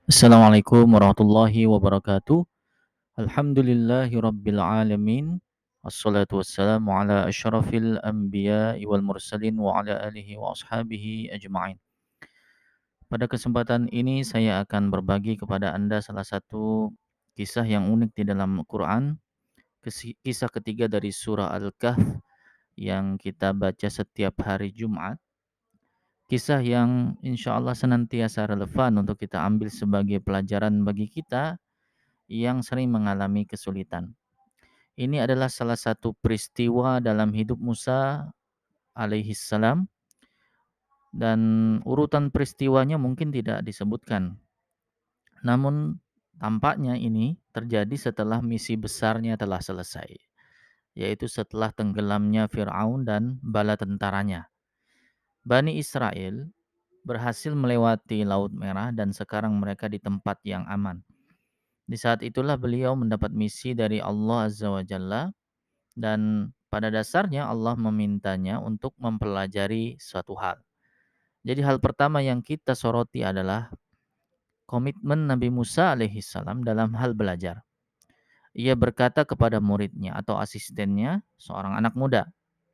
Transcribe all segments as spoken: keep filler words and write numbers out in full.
Assalamualaikum warahmatullahi wabarakatuh. Alhamdulillahi rabbil alamin. Wassalatu wassalamu ala asyrafil anbiya wal mursalin wa ala alihi wa ashabihi ajma'in. Pada kesempatan ini saya akan berbagi kepada Anda salah satu kisah yang unik di dalam Quran. Kesi- Kisah ketiga dari surah Al-Kahf yang kita baca setiap hari Jumat. Kisah yang insya Allah senantiasa relevan untuk kita ambil sebagai pelajaran bagi kita yang sering mengalami kesulitan. Ini adalah salah satu peristiwa dalam hidup Musa alaihi salam dan urutan peristiwanya mungkin tidak disebutkan. Namun tampaknya ini terjadi setelah misi besarnya telah selesai, yaitu setelah tenggelamnya Firaun dan bala tentaranya. Bani Israel berhasil melewati Laut Merah dan sekarang mereka di tempat yang aman. Di saat itulah beliau mendapat misi dari Allah Azza wa Jalla. Dan pada dasarnya Allah memintanya untuk mempelajari suatu hal. Jadi hal pertama yang kita soroti adalah komitmen Nabi Musa alaihissalam dalam hal belajar. Ia berkata kepada muridnya atau asistennya, seorang anak muda,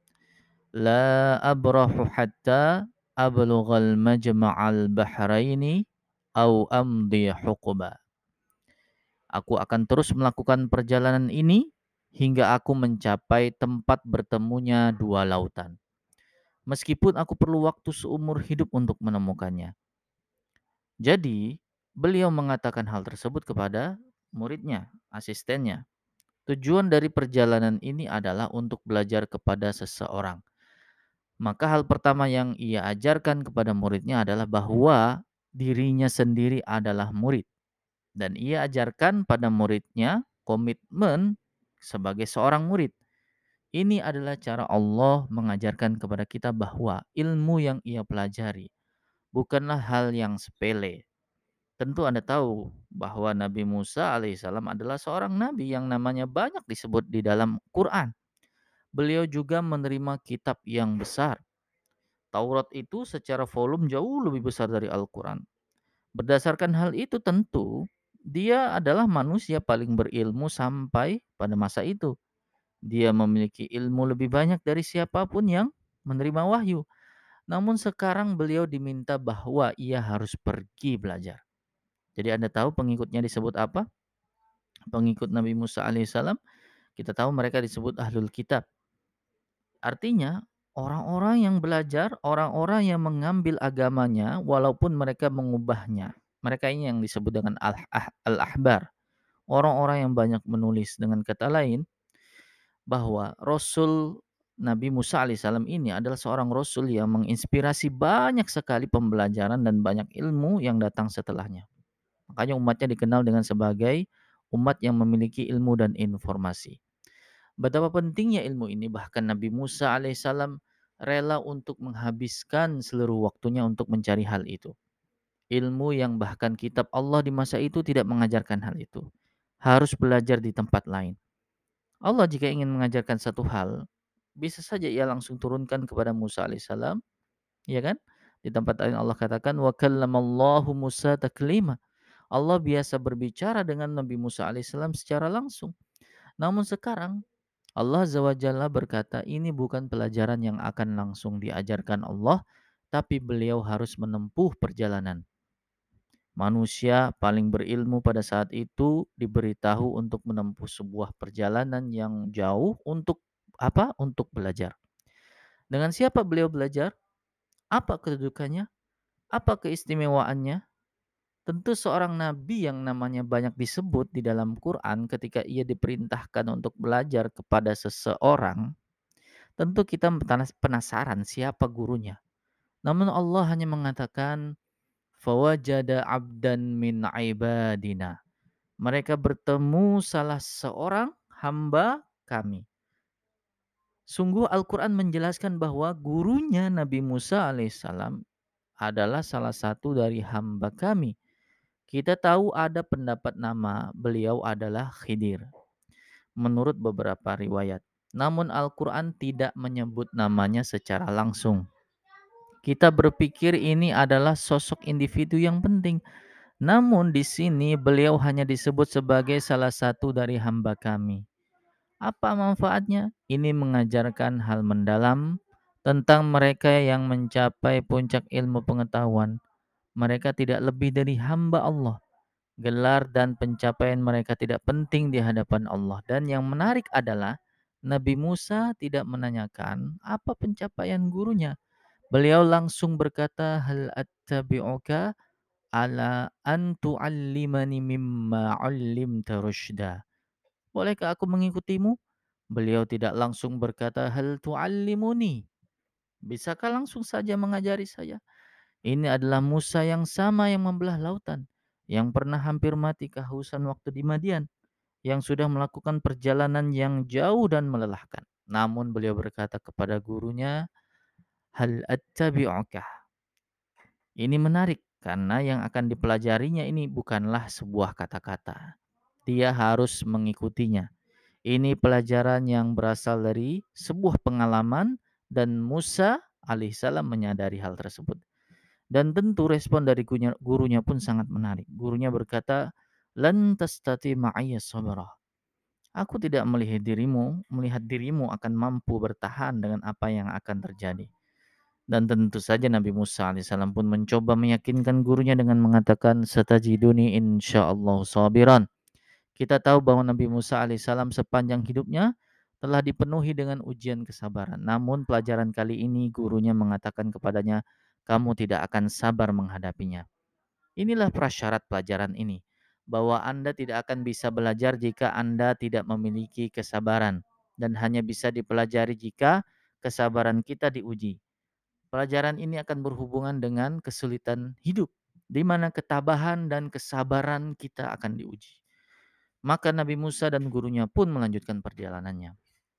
La abrahu hatta ablughal majma'al bahraini au amdi huquba. Aku akan terus melakukan perjalanan ini hingga aku mencapai tempat bertemunya dua lautan. Meskipun aku perlu waktu seumur hidup untuk menemukannya. Jadi, beliau mengatakan hal tersebut kepada muridnya, asistennya. Tujuan dari perjalanan ini adalah untuk belajar kepada seseorang. Maka hal pertama yang ia ajarkan kepada muridnya adalah bahwa dirinya sendiri adalah murid. Dan ia ajarkan pada muridnya komitmen sebagai seorang murid. Ini adalah cara Allah mengajarkan kepada kita bahwa ilmu yang ia pelajari bukanlah hal yang sepele. Tentu Anda tahu bahwa Nabi Musa alaihissalam adalah seorang nabi yang namanya banyak disebut di dalam Quran. Beliau juga menerima kitab yang besar. Taurat itu secara volume jauh lebih besar dari Al-Quran. Berdasarkan hal itu tentu dia adalah manusia paling berilmu sampai pada masa itu. Dia memiliki ilmu lebih banyak dari siapapun yang menerima wahyu. Namun sekarang beliau diminta bahwa ia harus pergi belajar. Jadi Anda tahu pengikutnya disebut apa? Pengikut Nabi Musa alaihissalam, kita tahu mereka disebut ahlul kitab. Artinya orang-orang yang belajar, orang-orang yang mengambil agamanya walaupun mereka mengubahnya. Mereka ini yang disebut dengan al- ah- al-ahbar. Orang-orang yang banyak menulis, dengan kata lain bahwa Rasul Nabi Musa alaihissalam ini adalah seorang Rasul yang menginspirasi banyak sekali pembelajaran dan banyak ilmu yang datang setelahnya. Makanya umatnya dikenal dengan sebagai umat yang memiliki ilmu dan informasi. Betapa pentingnya ilmu ini, bahkan Nabi Musa alaihissalam rela untuk menghabiskan seluruh waktunya untuk mencari hal itu. Ilmu yang bahkan kitab Allah di masa itu tidak mengajarkan hal itu. Harus belajar di tempat lain. Allah jika ingin mengajarkan satu hal, bisa saja ia langsung turunkan kepada Musa alaihissalam, ya kan? Di tempat lain Allah katakan wa kallamallahu Musa taklima. Allah biasa berbicara dengan Nabi Musa alaihissalam secara langsung. Namun sekarang Allah Azza wa Jalla berkata ini bukan pelajaran yang akan langsung diajarkan Allah, tapi beliau harus menempuh perjalanan. Manusia paling berilmu pada saat itu diberitahu untuk menempuh sebuah perjalanan yang jauh untuk apa? Untuk belajar. Dengan siapa beliau belajar? Apa kedudukannya? Apa keistimewaannya? Tentu seorang nabi yang namanya banyak disebut di dalam Quran ketika ia diperintahkan untuk belajar kepada seseorang, tentu kita penasaran siapa gurunya. Namun Allah hanya mengatakan fawajada abdan min ibadina. Mereka bertemu salah seorang hamba kami. Sungguh Al-Quran menjelaskan bahwa gurunya Nabi Musa alaihissalam adalah salah satu dari hamba kami. Kita tahu ada pendapat nama beliau adalah Khidir menurut beberapa riwayat. Namun Al-Quran tidak menyebut namanya secara langsung. Kita berpikir ini adalah sosok individu yang penting. Namun di sini beliau hanya disebut sebagai salah satu dari hamba kami. Apa manfaatnya? Ini mengajarkan hal mendalam tentang mereka yang mencapai puncak ilmu pengetahuan. Mereka tidak lebih dari hamba Allah. Gelar dan pencapaian mereka tidak penting di hadapan Allah. Dan yang menarik adalah Nabi Musa tidak menanyakan apa pencapaian gurunya. Beliau langsung berkata, "Hal attabi'uka ala an tu'allimani mimma 'allimta rusyda." Bolehkah aku mengikutimu? Beliau tidak langsung berkata, "Hal tu'allimuni?" Bisakah langsung saja mengajari saya? Ini adalah Musa yang sama yang membelah lautan, yang pernah hampir mati kehausan waktu di Madian, yang sudah melakukan perjalanan yang jauh dan melelahkan. Namun beliau berkata kepada gurunya, "Hal attabi'uka?" Ini menarik karena yang akan dipelajarinya ini bukanlah sebuah kata-kata. Dia harus mengikutinya. Ini pelajaran yang berasal dari sebuah pengalaman dan Musa alaihissalam menyadari hal tersebut. Dan tentu respon dari gurunya, gurunya pun sangat menarik. Gurunya berkata, "Lan tastati ma'iyya sabra." Aku tidak melihat dirimu, melihat dirimu akan mampu bertahan dengan apa yang akan terjadi. Dan tentu saja Nabi Musa alaihissalam pun mencoba meyakinkan gurunya dengan mengatakan, "Satajiduni insyaallah sabiran." Kita tahu bahwa Nabi Musa alaihissalam sepanjang hidupnya telah dipenuhi dengan ujian kesabaran. Namun pelajaran kali ini gurunya mengatakan kepadanya, "Kamu tidak akan sabar menghadapinya." Inilah prasyarat pelajaran ini, bahwa Anda tidak akan bisa belajar jika Anda tidak memiliki kesabaran dan hanya bisa dipelajari jika kesabaran kita diuji. Pelajaran ini akan berhubungan dengan kesulitan hidup, di mana ketabahan dan kesabaran kita akan diuji. Maka Nabi Musa dan gurunya pun melanjutkan perjalanannya.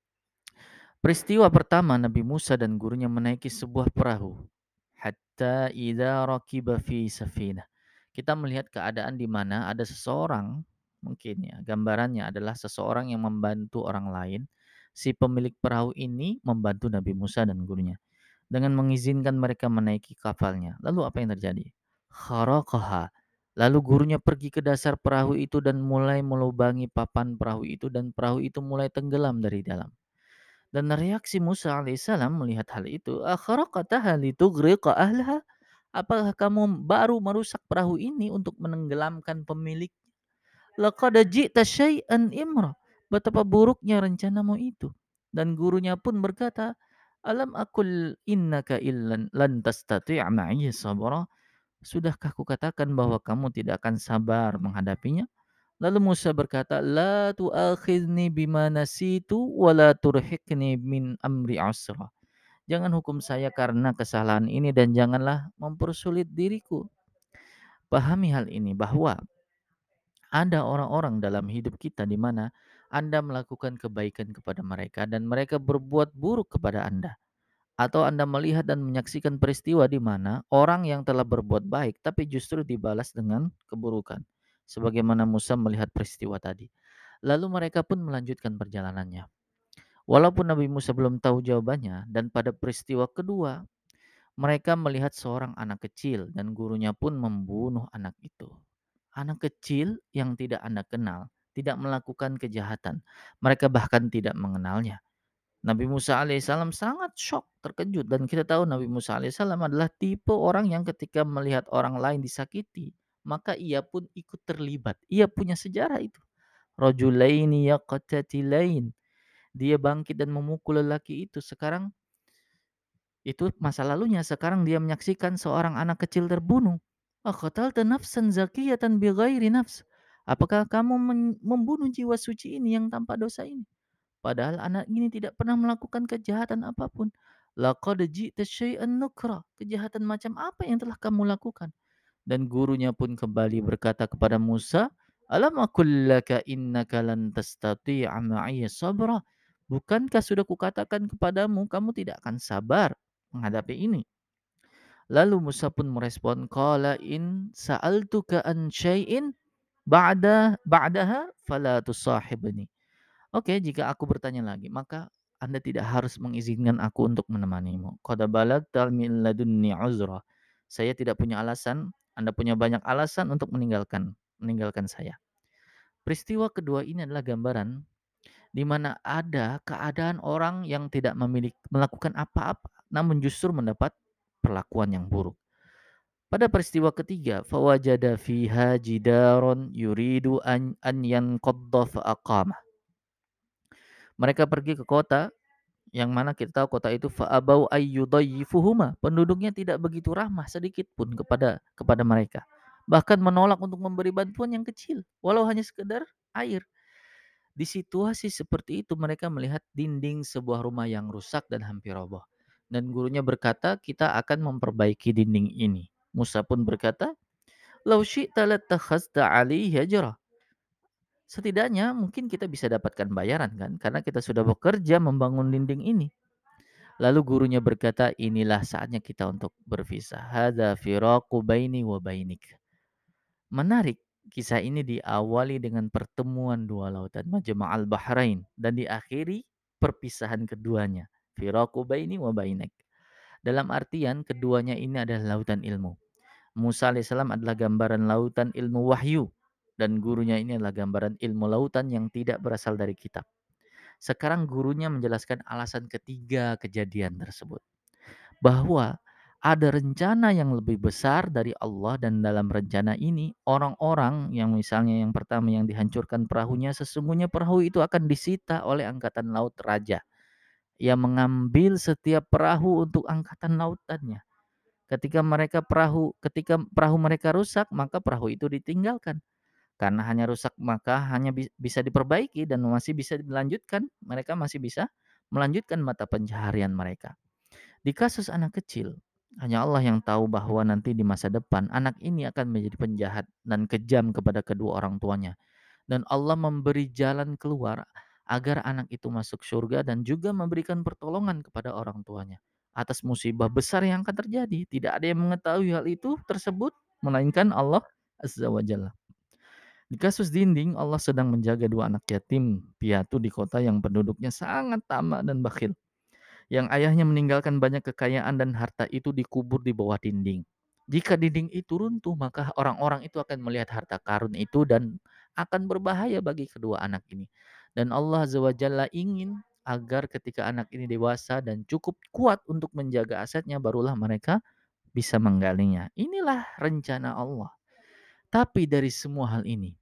Peristiwa pertama, Nabi Musa dan gurunya menaiki sebuah perahu. Hatta idza rakiba fi safinah. Kita melihat keadaan di mana ada seseorang, mungkin ya, gambarannya adalah seseorang yang membantu orang lain. Si pemilik perahu ini membantu Nabi Musa dan gurunya dengan mengizinkan mereka menaiki kapalnya. Lalu apa yang terjadi? Kharaqaha. Lalu gurunya pergi ke dasar perahu itu dan mulai melubangi papan perahu itu dan perahu itu mulai tenggelam dari dalam. Dan reaksi Musa alaihissalam melihat hal itu, "Akharaqataha litughriqa ahlaha?" Apakah kamu baru merusak perahu ini untuk menenggelamkan pemilik? Laqad ji'ta syai'an imra. Betapa buruknya rencanamu itu. Dan gurunya pun berkata, "Alam akul innaka illan lan tastati'a ma'iya sabra." Sudahkah kukatakan bahwa kamu tidak akan sabar menghadapinya? Lalu Musa berkata, "La tu'akhidni bima nasitu wa la turhiqni min amri asra." Jangan hukum saya karena kesalahan ini dan janganlah mempersulit diriku. Pahami hal ini bahwa ada orang-orang dalam hidup kita di mana Anda melakukan kebaikan kepada mereka dan mereka berbuat buruk kepada Anda. Atau Anda melihat dan menyaksikan peristiwa di mana orang yang telah berbuat baik tapi justru dibalas dengan keburukan. Sebagaimana Musa melihat peristiwa tadi. Lalu mereka pun melanjutkan perjalanannya. Walaupun Nabi Musa belum tahu jawabannya dan pada peristiwa kedua mereka melihat seorang anak kecil dan gurunya pun membunuh anak itu. Anak kecil yang tidak Anda kenal, tidak melakukan kejahatan. Mereka bahkan tidak mengenalnya. Nabi Musa alaihissalam sangat syok, terkejut. Dan kita tahu Nabi Musa alaihissalam adalah tipe orang yang ketika melihat orang lain disakiti, maka ia pun ikut terlibat. Ia punya sejarah itu. Rajulaini yaqtatilain. Dia bangkit dan memukul lelaki itu. Sekarang itu masa lalunya, sekarang dia menyaksikan seorang anak kecil terbunuh. Aqatalta nafsan zakiyatan bighairi nafs. Apakah kamu men- membunuh jiwa suci ini yang tanpa dosa ini? Padahal anak ini tidak pernah melakukan kejahatan apapun. Laqad ji'ta syai'an nukra. Kejahatan macam apa yang telah kamu lakukan? Dan gurunya pun kembali berkata kepada Musa, "Alam aqul laka innaka lan tastati'a ma'iya sabra?" Bukankah sudah kukatakan kepadamu kamu tidak akan sabar menghadapi ini? Lalu Musa pun merespon, "Qala in sa'altuka an syai'in ba'da ba'daha fala tusahibni." Oke, jika aku bertanya lagi, maka Anda tidak harus mengizinkan aku untuk menemanimu. Qad balagta min ladunni uzra. Saya tidak punya alasan Anda punya banyak alasan untuk meninggalkan meninggalkan saya. Peristiwa kedua ini adalah gambaran di mana ada keadaan orang yang tidak memiliki melakukan apa-apa, namun justru mendapat perlakuan yang buruk. Pada peristiwa ketiga, fawajada fiha jidaron yuridu an an yanqadda fa'aqamah. Mereka pergi ke kota yang mana kita tahu kota itu fa'abau ayyudayyifuhuma. Penduduknya tidak begitu ramah sedikit pun kepada kepada mereka. Bahkan menolak untuk memberi bantuan yang kecil, walau hanya sekedar air. Di situasi seperti itu mereka melihat dinding sebuah rumah yang rusak dan hampir roboh. Dan gurunya berkata, kita akan memperbaiki dinding ini. Musa pun berkata, "Lau syi'ta latakhazta 'alaihi ajra." Setidaknya mungkin kita bisa dapatkan bayaran kan karena kita sudah bekerja membangun dinding ini. Lalu gurunya berkata, inilah saatnya kita untuk berpisah. Hadza firaqu baini wa bainik. Menarik, kisah ini diawali dengan pertemuan dua lautan Majma'al Bahrain dan diakhiri perpisahan keduanya. Firaqu baini wa bainik. Dalam artian keduanya ini adalah lautan ilmu. Musa alaihissalam adalah gambaran lautan ilmu wahyu dan gurunya ini adalah gambaran ilmu lautan yang tidak berasal dari kitab. Sekarang gurunya menjelaskan alasan ketiga kejadian tersebut, bahwa ada rencana yang lebih besar dari Allah dan dalam rencana ini orang-orang yang misalnya yang pertama yang dihancurkan perahunya sesungguhnya perahu itu akan disita oleh angkatan laut raja yang mengambil setiap perahu untuk angkatan lautannya. Ketika mereka perahu ketika perahu mereka rusak maka perahu itu ditinggalkan. Karena hanya rusak maka hanya bi- bisa diperbaiki dan masih bisa dilanjutkan, mereka masih bisa melanjutkan mata pencaharian mereka. Di kasus anak kecil, hanya Allah yang tahu bahwa nanti di masa depan anak ini akan menjadi penjahat dan kejam kepada kedua orang tuanya. Dan Allah memberi jalan keluar agar anak itu masuk surga dan juga memberikan pertolongan kepada orang tuanya atas musibah besar yang akan terjadi. Tidak ada yang mengetahui hal itu tersebut melainkan Allah Azza wa Jalla. Di kasus dinding, Allah sedang menjaga dua anak yatim piatu di kota yang penduduknya sangat tamak dan bakhil. Yang ayahnya meninggalkan banyak kekayaan dan harta itu dikubur di bawah dinding. Jika dinding itu runtuh, maka orang-orang itu akan melihat harta karun itu dan akan berbahaya bagi kedua anak ini. Dan Allah Azza wa Jalla ingin agar ketika anak ini dewasa dan cukup kuat untuk menjaga asetnya, barulah mereka bisa menggalinya. Inilah rencana Allah. Tapi dari semua hal ini,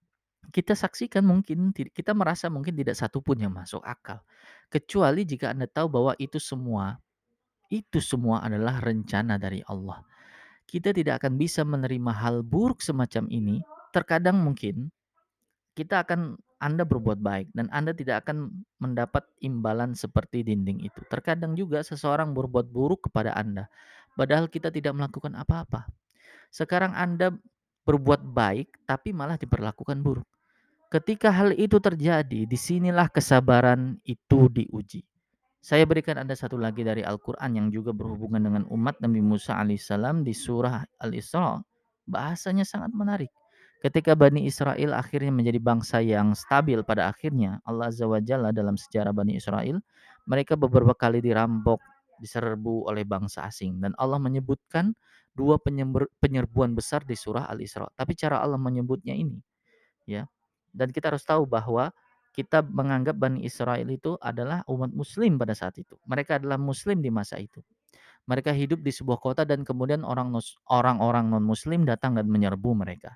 kita saksikan mungkin kita merasa mungkin tidak satu pun yang masuk akal. Kecuali jika Anda tahu bahwa itu semua, itu semua adalah rencana dari Allah. Kita tidak akan bisa menerima hal buruk semacam ini. Terkadang mungkin kita akan Anda berbuat baik dan Anda tidak akan mendapat imbalan seperti dinding itu. Terkadang juga seseorang berbuat buruk kepada Anda, padahal kita tidak melakukan apa-apa. Sekarang Anda berbuat baik tapi malah diperlakukan buruk. Ketika hal itu terjadi, disinilah kesabaran itu diuji. Saya berikan Anda satu lagi dari Al-Quran yang juga berhubungan dengan umat Nabi Musa alaihissalam di surah Al-Isra. Bahasanya sangat menarik. Ketika Bani Israel akhirnya menjadi bangsa yang stabil pada akhirnya, Allah Azza wa Jalla dalam sejarah Bani Israel, mereka beberapa kali dirampok, diserbu oleh bangsa asing. Dan Allah menyebutkan dua penyerbuan besar di surah Al-Isra. Tapi cara Allah menyebutnya ini, ya. Dan kita harus tahu bahwa kita menganggap Bani Israel itu adalah umat muslim pada saat itu. Mereka adalah muslim di masa itu. Mereka hidup di sebuah kota dan kemudian orang orang-orang non-muslim datang dan menyerbu mereka.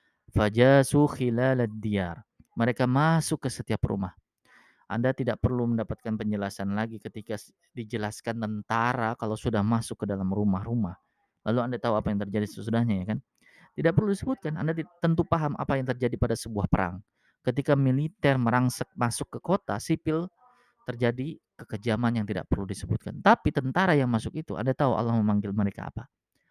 Fajasu khilalad diyar. Mereka masuk ke setiap rumah. Anda tidak perlu mendapatkan penjelasan lagi ketika dijelaskan tentara kalau sudah masuk ke dalam rumah-rumah. Lalu Anda tahu apa yang terjadi sesudahnya ya kan? Tidak perlu disebutkan, Anda tentu paham apa yang terjadi pada sebuah perang. Ketika militer merangsek masuk ke kota, sipil terjadi kekejaman yang tidak perlu disebutkan. Tapi tentara yang masuk itu, Anda tahu Allah memanggil mereka apa?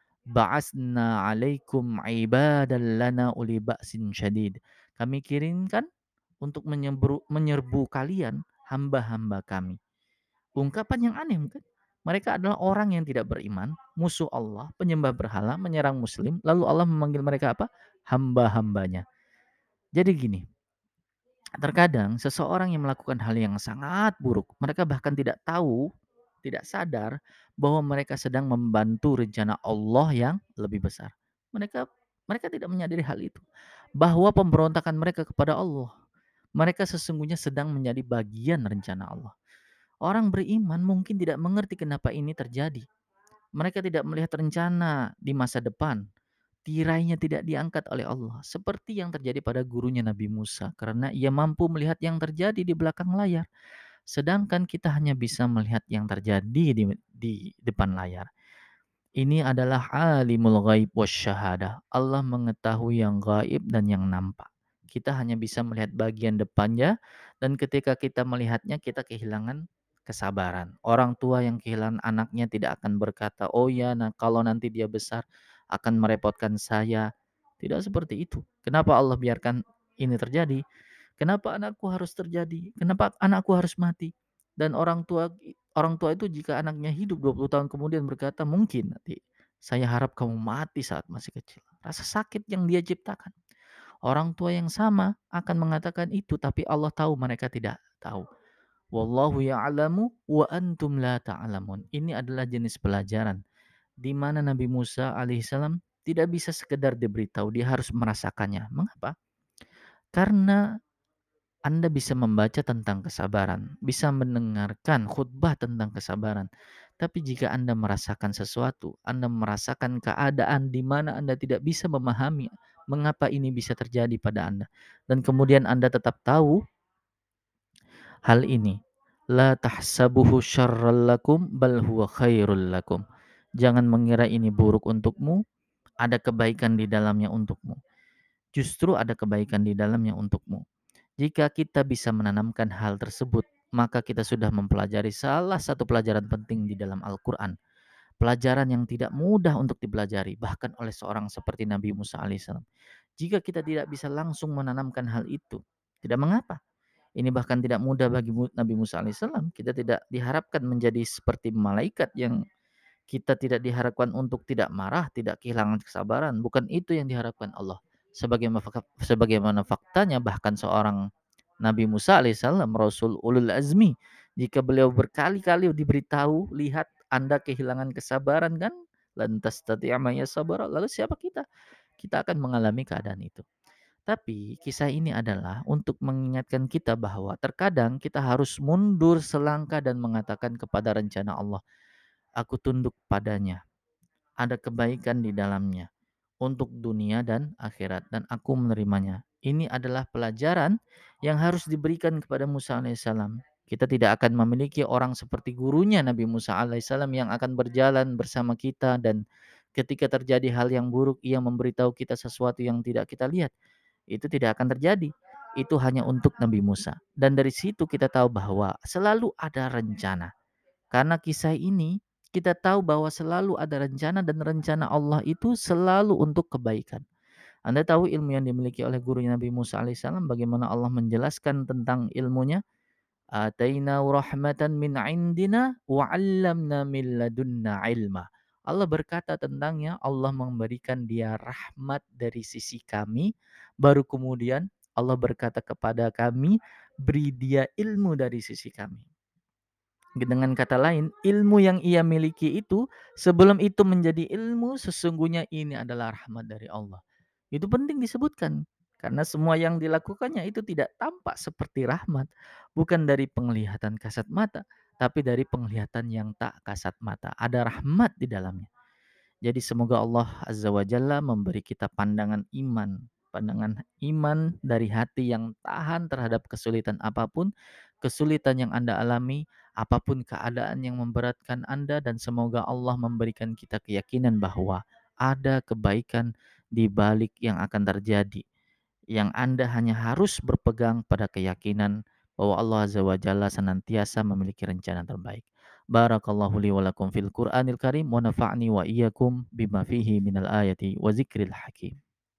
Ba'asna alaikum ibadan lana uli ba'sin syadid. Kami kirimkan untuk menyerbu, menyerbu kalian hamba-hamba kami. Ungkapan yang aneh mungkin. Mereka adalah orang yang tidak beriman, musuh Allah, penyembah berhala, menyerang muslim, lalu Allah memanggil mereka apa? Hamba-hambanya. Jadi gini, terkadang seseorang yang melakukan hal yang sangat buruk, mereka bahkan tidak tahu, tidak sadar bahwa mereka sedang membantu rencana Allah yang lebih besar. Mereka mereka tidak menyadari hal itu. Bahwa pemberontakan mereka kepada Allah, mereka sesungguhnya sedang menjadi bagian rencana Allah. Orang beriman mungkin tidak mengerti kenapa ini terjadi. Mereka tidak melihat rencana di masa depan. Tirainya tidak diangkat oleh Allah. Seperti yang terjadi pada gurunya Nabi Musa. Karena ia mampu melihat yang terjadi di belakang layar. Sedangkan kita hanya bisa melihat yang terjadi di, di depan layar. Ini adalah alimul ghaib wasyahadah. Allah mengetahui yang gaib dan yang nampak. Kita hanya bisa melihat bagian depannya dan ketika kita melihatnya kita kehilangan kesabaran. Orang tua yang kehilangan anaknya tidak akan berkata, "Oh ya, nah kalau nanti dia besar akan merepotkan saya." Tidak seperti itu. Kenapa Allah biarkan ini terjadi? Kenapa anakku harus terjadi? Kenapa anakku harus mati? Dan orang tua orang tua itu jika anaknya hidup dua puluh tahun kemudian berkata, "Mungkin nanti saya harap kamu mati saat masih kecil." Rasa sakit yang dia ciptakan. Orang tua yang sama akan mengatakan itu, tapi Allah tahu mereka tidak tahu. Wallahu ya'lamu wa antum la ta'lamun. Ini adalah jenis pelajaran di mana Nabi Musa alaihissalam tidak bisa sekedar diberitahu, dia harus merasakannya. Mengapa? Karena Anda bisa membaca tentang kesabaran, bisa mendengarkan khutbah tentang kesabaran. Tapi jika Anda merasakan sesuatu, Anda merasakan keadaan di mana Anda tidak bisa memahami mengapa ini bisa terjadi pada Anda. Dan kemudian Anda tetap tahu hal ini. La tahsabuhu syarral lakum bal huwa khairul lakum. Jangan mengira ini buruk untukmu, ada kebaikan di dalamnya untukmu. Justru ada kebaikan di dalamnya untukmu. Jika kita bisa menanamkan hal tersebut, maka kita sudah mempelajari salah satu pelajaran penting di dalam Al-Quran. Pelajaran yang tidak mudah untuk dipelajari, bahkan oleh seorang seperti Nabi Musa alaihissalam. Jika kita tidak bisa langsung menanamkan hal itu, tidak mengapa. Ini bahkan tidak mudah bagi Nabi Musa alaihissalam. Kita tidak diharapkan menjadi seperti malaikat yang kita tidak diharapkan untuk tidak marah, tidak kehilangan kesabaran. Bukan itu yang diharapkan Allah. Sebagaimana, sebagaimana faktanya bahkan seorang Nabi Musa alaihissalam, Rasul Ulul Azmi, jika beliau berkali-kali diberitahu, lihat Anda kehilangan kesabaran kan? Lantas tati'amaya sabar. Lalu siapa kita? Kita akan mengalami keadaan itu. Tapi kisah ini adalah untuk mengingatkan kita bahwa terkadang kita harus mundur selangkah dan mengatakan kepada rencana Allah, aku tunduk padanya. Ada kebaikan di dalamnya untuk dunia dan akhirat dan aku menerimanya. Ini adalah pelajaran yang harus diberikan kepada Musa alaihissalam. Kita tidak akan memiliki orang seperti gurunya Nabi Musa alaihissalam yang akan berjalan bersama kita dan ketika terjadi hal yang buruk ia memberitahu kita sesuatu yang tidak kita lihat. Itu tidak akan terjadi. Itu hanya untuk Nabi Musa. Dan dari situ kita tahu bahwa selalu ada rencana. Karena kisah ini kita tahu bahwa selalu ada rencana dan rencana Allah itu selalu untuk kebaikan. Anda tahu ilmu yang dimiliki oleh guru Nabi Musa alaihissalam bagaimana Allah menjelaskan tentang ilmunya? Ataina rahmatan min indina wa 'allamna min ladunna ilma. Allah berkata tentangnya, Allah memberikan dia rahmat dari sisi kami, baru kemudian Allah berkata kepada kami, beri dia ilmu dari sisi kami. Dengan kata lain, ilmu yang ia miliki itu sebelum itu menjadi ilmu, sesungguhnya ini adalah rahmat dari Allah. Itu penting disebutkan karena semua yang dilakukannya itu tidak tampak seperti rahmat, bukan dari penglihatan kasat mata, tapi dari penglihatan yang tak kasat mata. Ada rahmat di dalamnya. Jadi semoga Allah Azza wa Jalla memberi kita pandangan iman, pandangan iman dari hati yang tahan terhadap kesulitan apapun, kesulitan yang Anda alami, apapun keadaan yang memberatkan Anda, dan semoga Allah memberikan kita keyakinan bahwa ada kebaikan di balik yang akan terjadi. Yang Anda hanya harus berpegang pada keyakinan bahwa Allah Azza wa Jalla senantiasa memiliki rencana terbaik. Barakallahu li wa lakum fil Qur'anil Karim wa nafa'ni wa iyyakum bima fihi minal ayati wa zikril hakim.